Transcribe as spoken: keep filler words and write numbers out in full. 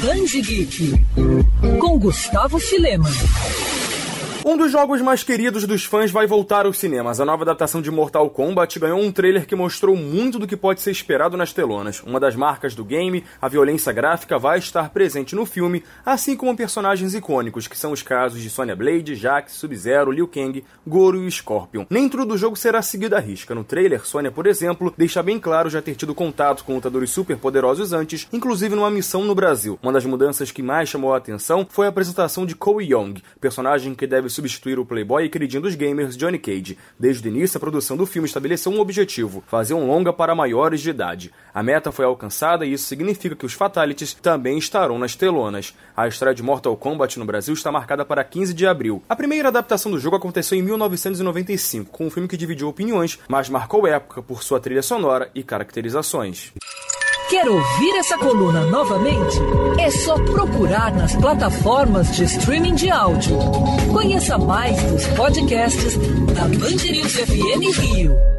Band Geek, com Gustavo Filema. Um dos jogos mais queridos dos fãs vai voltar aos cinemas. A nova adaptação de Mortal Kombat ganhou um trailer que mostrou muito do que pode ser esperado nas telonas. Uma das marcas do game, a violência gráfica, vai estar presente no filme, assim como personagens icônicos, que são os casos de Sonya Blade, Jax, Sub-Zero, Liu Kang, Goro e Scorpion. Nem tudo do jogo será seguido à risca. No trailer, Sonya, por exemplo, deixa bem claro já ter tido contato com lutadores super poderosos antes, inclusive numa missão no Brasil. Uma das mudanças que mais chamou a atenção foi a apresentação de Cole Young, personagem que deve substituir o playboy e queridinho dos gamers Johnny Cage. Desde o início, a produção do filme estabeleceu um objetivo: fazer um longa para maiores de idade. A meta foi alcançada e isso significa que os Fatalities também estarão nas telonas. A estreia de Mortal Kombat no Brasil está marcada para quinze de abril. A primeira adaptação do jogo aconteceu em mil novecentos e noventa e cinco, com um filme que dividiu opiniões, mas marcou época por sua trilha sonora e caracterizações. Quer ouvir essa coluna novamente? É só procurar nas plataformas de streaming de áudio. Conheça mais dos podcasts da Band News F M Rio.